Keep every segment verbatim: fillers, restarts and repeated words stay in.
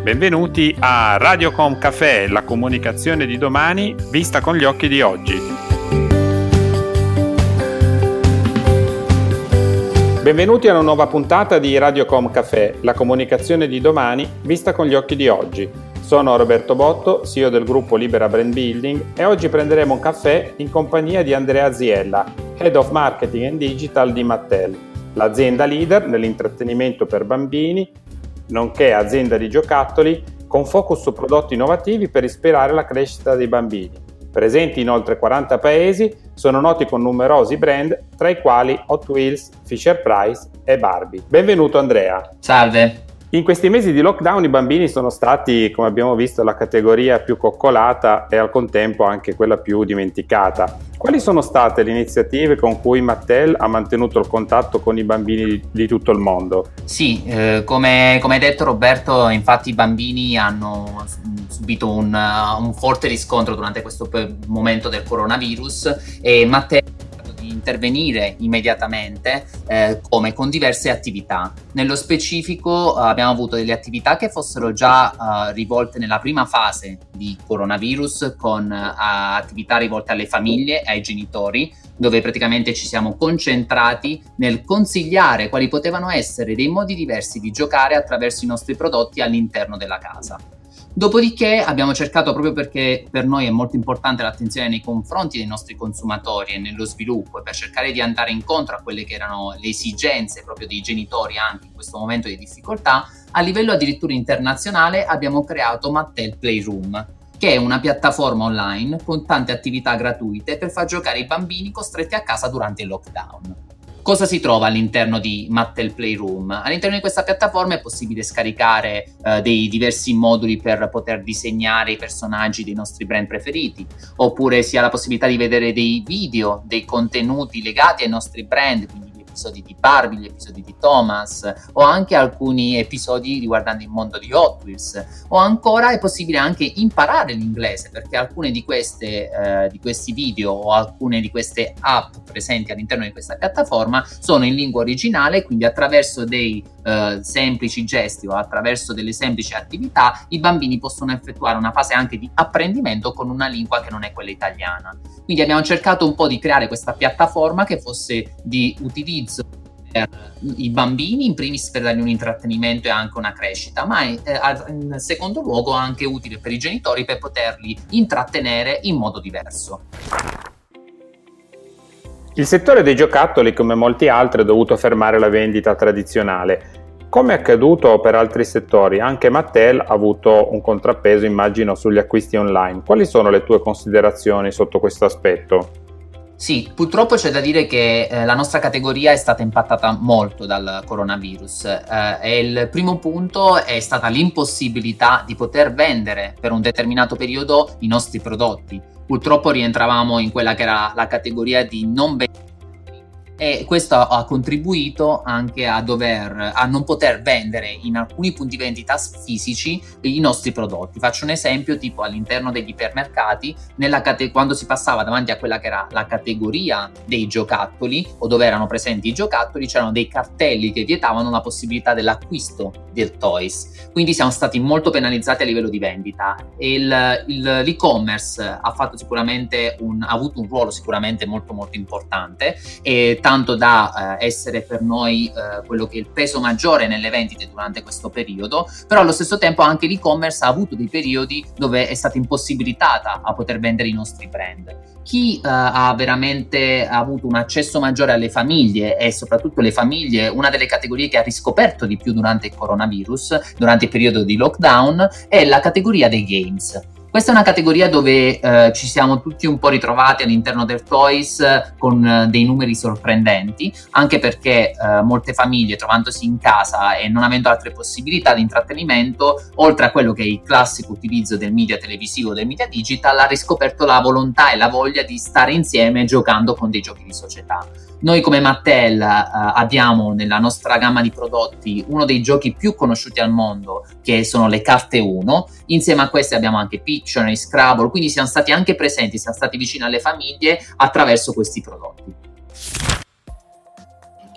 Benvenuti a Radiocom Café, la comunicazione di domani vista con gli occhi di oggi. Benvenuti a una nuova puntata di Radiocom Café, la comunicazione di domani vista con gli occhi di oggi. Sono Roberto Botto, C E O del gruppo Libera Brand Building, e oggi prenderemo un caffè in compagnia di Andrea Aziella, Head of Marketing and Digital di Mattel, l'azienda leader nell'intrattenimento per bambini, nonché azienda di giocattoli con focus su prodotti innovativi per ispirare la crescita dei bambini. Presenti in oltre quaranta paesi, sono noti con numerosi brand, tra i quali Hot Wheels, Fisher-Price e Barbie. Benvenuto Andrea. Salve. In questi mesi di lockdown i bambini sono stati, come abbiamo visto, la categoria più coccolata e al contempo anche quella più dimenticata. Quali sono state le iniziative con cui Mattel ha mantenuto il contatto con i bambini di, di tutto il mondo? Sì, eh, come, come hai detto Roberto, infatti i bambini hanno subito un, un forte riscontro durante questo momento del coronavirus e Mattel intervenire immediatamente eh, come con diverse attività. Nello specifico eh, abbiamo avuto delle attività che fossero già eh, rivolte nella prima fase di coronavirus con eh, attività rivolte alle famiglie e ai genitori, dove praticamente ci siamo concentrati nel consigliare quali potevano essere dei modi diversi di giocare attraverso i nostri prodotti all'interno della casa. Dopodiché abbiamo cercato, proprio perché per noi è molto importante l'attenzione nei confronti dei nostri consumatori e nello sviluppo, e per cercare di andare incontro a quelle che erano le esigenze proprio dei genitori anche in questo momento di difficoltà, a livello addirittura internazionale abbiamo creato Mattel Playroom, che è una piattaforma online con tante attività gratuite per far giocare i bambini costretti a casa durante il lockdown. Cosa si trova all'interno di Mattel Playroom? All'interno di questa piattaforma è possibile scaricare eh, dei diversi moduli per poter disegnare i personaggi dei nostri brand preferiti, oppure si ha la possibilità di vedere dei video, dei contenuti legati ai nostri brand, quindi gli episodi di Barbie, gli episodi di Thomas, o anche alcuni episodi riguardanti il mondo di Hot Wheels, o ancora è possibile anche imparare l'inglese, perché alcune di queste eh, di questi video o alcune di queste app presenti all'interno di questa piattaforma sono in lingua originale, quindi attraverso dei eh, semplici gesti o attraverso delle semplici attività i bambini possono effettuare una fase anche di apprendimento con una lingua che non è quella italiana. Quindi abbiamo cercato un po' di creare questa piattaforma che fosse di utilizzo per i bambini, in primis per dargli un intrattenimento e anche una crescita, ma è, eh, in secondo luogo anche utile per i genitori per poterli intrattenere in modo diverso. Il settore dei giocattoli, come molti altri, ha dovuto fermare la vendita tradizionale. Come è accaduto per altri settori, anche Mattel ha avuto un contrappeso, immagino, sugli acquisti online. Quali sono le tue considerazioni sotto questo aspetto? Sì, purtroppo c'è da dire che eh, la nostra categoria è stata impattata molto dal coronavirus eh, e il primo punto è stata l'impossibilità di poter vendere per un determinato periodo i nostri prodotti. Purtroppo rientravamo in quella che era la categoria di non vendere, e questo ha contribuito anche a dover a non poter vendere in alcuni punti vendita fisici i nostri prodotti. Faccio un esempio, tipo all'interno degli ipermercati, nella cate- quando si passava davanti a quella che era la categoria dei giocattoli o dove erano presenti i giocattoli, c'erano dei cartelli che vietavano la possibilità dell'acquisto del toys, quindi siamo stati molto penalizzati a livello di vendita. E il, il, l'e-commerce ha fatto sicuramente un, ha avuto un ruolo sicuramente molto molto importante, e tanto da eh, essere per noi eh, quello che è il peso maggiore nelle vendite durante questo periodo, però allo stesso tempo anche l'e-commerce ha avuto dei periodi dove è stata impossibilitata a poter vendere i nostri brand. Chi eh, ha veramente avuto un accesso maggiore alle famiglie, e soprattutto le famiglie, una delle categorie che ha riscoperto di più durante il coronavirus, durante il periodo di lockdown, è la categoria dei games. Questa è una categoria dove eh, ci siamo tutti un po' ritrovati all'interno del Toys eh, con eh, dei numeri sorprendenti, anche perché eh, molte famiglie, trovandosi in casa e non avendo altre possibilità di intrattenimento, oltre a quello che è il classico utilizzo del media televisivo, del media digital, ha riscoperto la volontà e la voglia di stare insieme giocando con dei giochi di società. Noi come Mattel eh, abbiamo nella nostra gamma di prodotti uno dei giochi più conosciuti al mondo, che sono le carte uno. Insieme a queste abbiamo anche Pictionary, Scrabble, quindi siamo stati anche presenti, siamo stati vicini alle famiglie attraverso questi prodotti.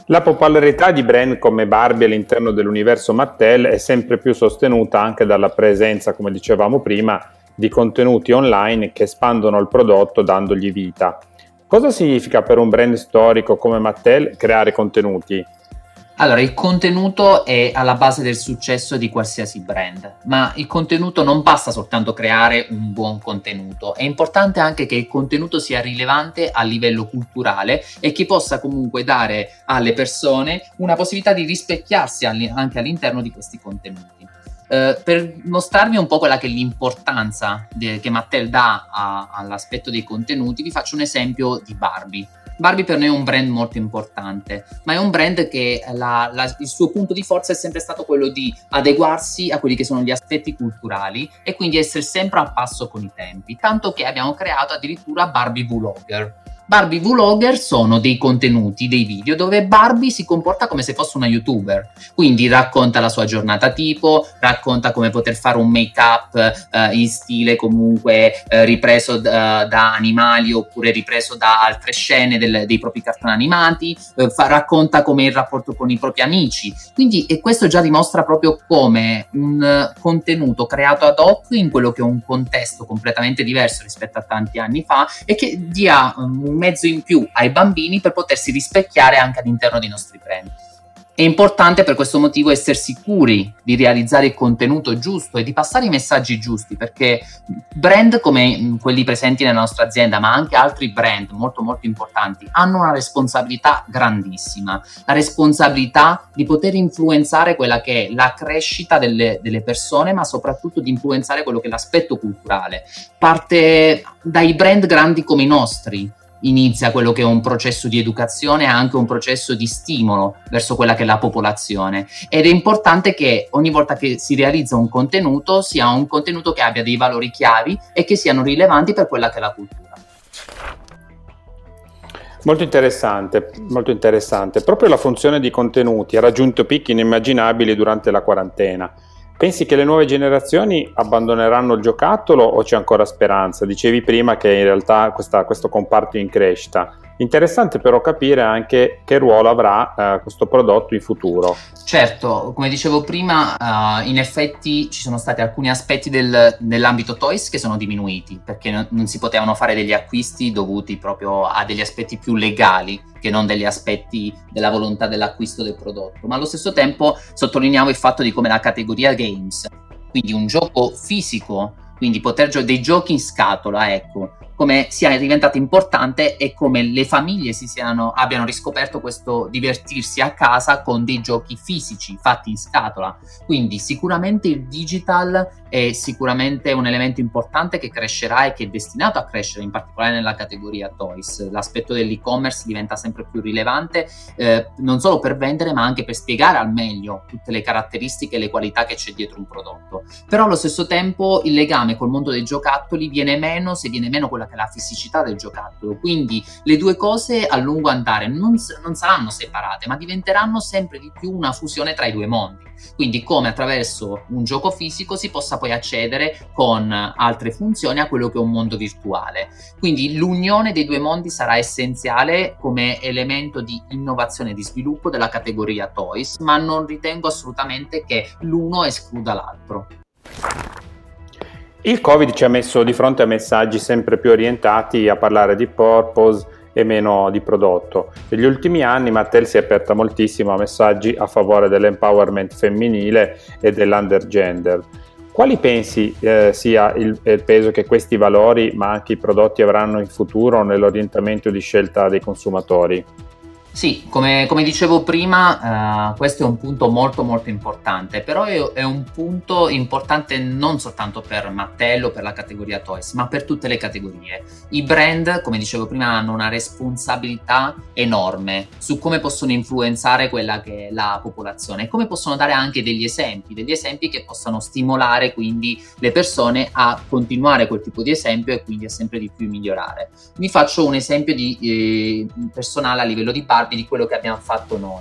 La popolarità di brand come Barbie all'interno dell'universo Mattel è sempre più sostenuta anche dalla presenza, come dicevamo prima, di contenuti online che espandono il prodotto dandogli vita. Cosa significa per un brand storico come Mattel creare contenuti? Allora, il contenuto è alla base del successo di qualsiasi brand, ma il contenuto non basta soltanto creare un buon contenuto, è importante anche che il contenuto sia rilevante a livello culturale e che possa comunque dare alle persone una possibilità di rispecchiarsi anche all'interno di questi contenuti. Uh, per mostrarvi un po' quella che è l'importanza de- che Mattel dà a- all'aspetto dei contenuti, vi faccio un esempio di Barbie. Barbie per noi è un brand molto importante, ma è un brand che la, la, il suo punto di forza è sempre stato quello di adeguarsi a quelli che sono gli aspetti culturali e quindi essere sempre a passo con i tempi, tanto che abbiamo creato addirittura Barbie Vlogger. Barbie Vlogger sono dei contenuti, dei video dove Barbie si comporta come se fosse una YouTuber, quindi racconta la sua giornata tipo, racconta come poter fare un make-up eh, in stile comunque eh, ripreso da, da animali oppure ripreso da altre scene del, dei propri cartoni animati, eh, fa, racconta come il rapporto con i propri amici, quindi e questo già dimostra proprio come un uh, contenuto creato ad hoc in quello che è un contesto completamente diverso rispetto a tanti anni fa e che dia um, un mezzo in più ai bambini per potersi rispecchiare anche all'interno dei nostri brand. È importante per questo motivo essere sicuri di realizzare il contenuto giusto e di passare i messaggi giusti, perché brand come quelli presenti nella nostra azienda, ma anche altri brand molto molto importanti, hanno una responsabilità grandissima, la responsabilità di poter influenzare quella che è la crescita delle, delle persone, ma soprattutto di influenzare quello che è l'aspetto culturale. Parte dai brand grandi come i nostri, inizia quello che è un processo di educazione e anche un processo di stimolo verso quella che è la popolazione, ed è importante che ogni volta che si realizza un contenuto sia un contenuto che abbia dei valori chiavi e che siano rilevanti per quella che è la cultura. Molto interessante, molto interessante. Proprio la funzione di contenuti ha raggiunto picchi inimmaginabili durante la quarantena. Pensi che le nuove generazioni abbandoneranno il giocattolo o c'è ancora speranza? Dicevi prima che in realtà questa, questo comparto è in crescita. Interessante però capire anche che ruolo avrà eh, questo prodotto in futuro. Certo, come dicevo prima, uh, in effetti ci sono stati alcuni aspetti del, dell'ambito toys che sono diminuiti, perché non, non si potevano fare degli acquisti dovuti proprio a degli aspetti più legali che non degli aspetti della volontà dell'acquisto del prodotto. Ma allo stesso tempo sottolineiamo il fatto di come la categoria games, quindi un gioco fisico, quindi poter giocare dei giochi in scatola, ecco, come sia diventata importante e come le famiglie si siano, abbiano riscoperto questo divertirsi a casa con dei giochi fisici fatti in scatola. Quindi sicuramente il digital è sicuramente un elemento importante che crescerà e che è destinato a crescere, in particolare nella categoria toys. L'aspetto dell'e-commerce diventa sempre più rilevante, eh, non solo per vendere ma anche per spiegare al meglio tutte le caratteristiche e le qualità che c'è dietro un prodotto. Però allo stesso tempo il legame col mondo dei giocattoli viene meno se viene meno quella che è la fisicità del giocattolo, quindi le due cose a lungo andare non, non saranno separate ma diventeranno sempre di più una fusione tra i due mondi, quindi come attraverso un gioco fisico si possa poi accedere con altre funzioni a quello che è un mondo virtuale. Quindi l'unione dei due mondi sarà essenziale come elemento di innovazione e di sviluppo della categoria toys, ma non ritengo assolutamente che l'uno escluda l'altro. Il Covid ci ha messo di fronte a messaggi sempre più orientati a parlare di purpose e meno di prodotto. Negli ultimi anni Mattel si è aperta moltissimo a messaggi a favore dell'empowerment femminile e dell'undergender. Quali pensi eh, sia il, il peso che questi valori, ma anche i prodotti, avranno in futuro nell'orientamento di scelta dei consumatori? Sì, come, come dicevo prima, uh, questo è un punto molto molto importante, però è, è un punto importante non soltanto per Mattel o per la categoria toys, ma per tutte le categorie. I brand, come dicevo prima, hanno una responsabilità enorme su come possono influenzare quella che è la popolazione e come possono dare anche degli esempi, degli esempi che possano stimolare quindi le persone a continuare quel tipo di esempio e quindi a sempre di più migliorare. Vi faccio un esempio di, eh, personale a livello di Barbie di quello che abbiamo fatto noi.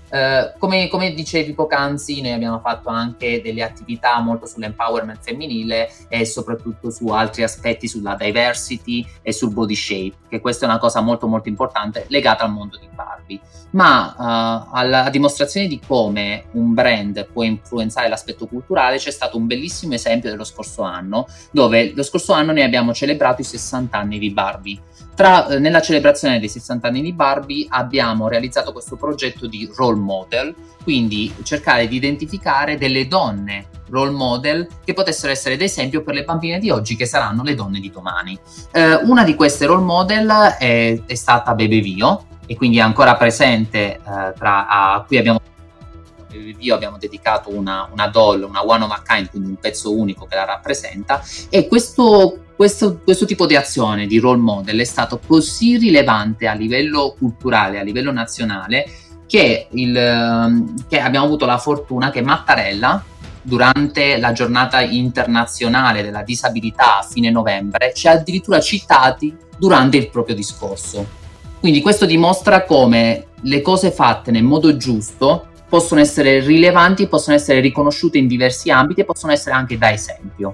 Uh, come, come dicevi poc'anzi, noi abbiamo fatto anche delle attività molto sull'empowerment femminile e soprattutto su altri aspetti, sulla diversity e sul body shape, che questa è una cosa molto molto importante legata al mondo di Barbie. Ma uh, alla a dimostrazione di come un brand può influenzare l'aspetto culturale c'è stato un bellissimo esempio dello scorso anno, dove lo scorso anno noi abbiamo celebrato i sessanta anni di Barbie. Tra, eh, nella celebrazione dei sessanta anni di Barbie abbiamo realizzato questo progetto di role model, quindi cercare di identificare delle donne role model che potessero essere d'esempio per le bambine di oggi, che saranno le donne di domani. Eh, una di queste role model è, è stata Bebe Vio, e quindi è ancora presente, eh, tra, a cui abbiamo Io abbiamo dedicato una, una doll, una one of a kind, quindi un pezzo unico che la rappresenta, e questo, questo, questo tipo di azione di role model è stato così rilevante a livello culturale, a livello nazionale, che, il, che abbiamo avuto la fortuna che Mattarella, durante la giornata internazionale della disabilità a fine novembre, ci ha addirittura citati durante il proprio discorso. Quindi questo dimostra come le cose fatte nel modo giusto possono essere rilevanti, possono essere riconosciute in diversi ambiti e possono essere anche da esempio.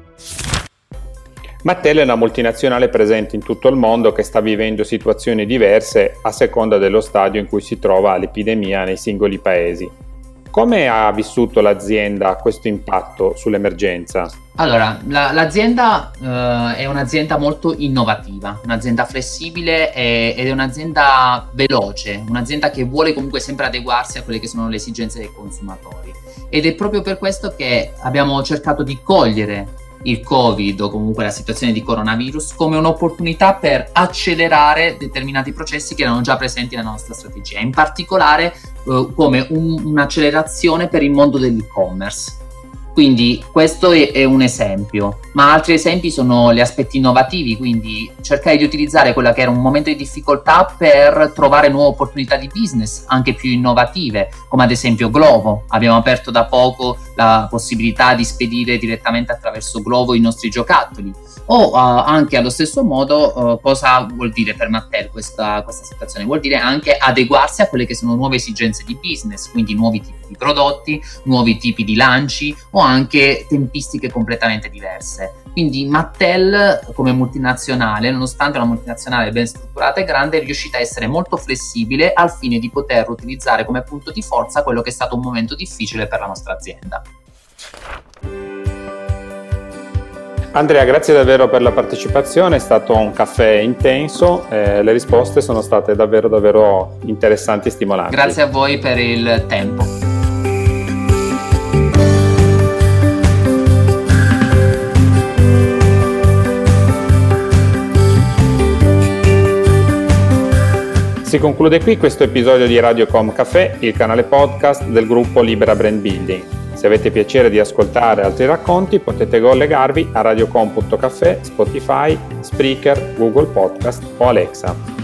Mattel è una multinazionale presente in tutto il mondo che sta vivendo situazioni diverse a seconda dello stadio in cui si trova l'epidemia nei singoli paesi. Come ha vissuto l'azienda questo impatto sull'emergenza? Allora, la, l'azienda uh, è un'azienda molto innovativa, un'azienda flessibile e, ed è un'azienda veloce, un'azienda che vuole comunque sempre adeguarsi a quelle che sono le esigenze dei consumatori. Ed è proprio per questo che abbiamo cercato di cogliere il Covid o comunque la situazione di coronavirus come un'opportunità per accelerare determinati processi che erano già presenti nella nostra strategia, in particolare uh, come un, un'accelerazione per il mondo dell'e-commerce. Quindi questo è, è un esempio, ma altri esempi sono gli aspetti innovativi, quindi cercare di utilizzare quella che era un momento di difficoltà per trovare nuove opportunità di business, anche più innovative, come ad esempio Glovo. Abbiamo aperto da poco la possibilità di spedire direttamente attraverso Glovo i nostri giocattoli, o uh, anche allo stesso modo uh, cosa vuol dire per Mattel questa, questa situazione? Vuol dire anche adeguarsi a quelle che sono nuove esigenze di business, quindi nuovi tipi di prodotti, nuovi tipi di lanci o anche tempistiche completamente diverse. Quindi Mattel come multinazionale, nonostante una multinazionale ben strutturata e grande, è riuscita a essere molto flessibile al fine di poter utilizzare come punto di forza quello che è stato un momento difficile per la nostra azienda. Andrea, grazie davvero per la partecipazione, è stato un caffè intenso, eh, le risposte sono state davvero davvero interessanti e stimolanti. Grazie a voi per il tempo. Si conclude qui questo episodio di Radiocom Café, il canale podcast del gruppo Libera Brand Building. Se avete piacere di ascoltare altri racconti potete collegarvi a radiocom punto café, Spotify, Spreaker, Google Podcast o Alexa.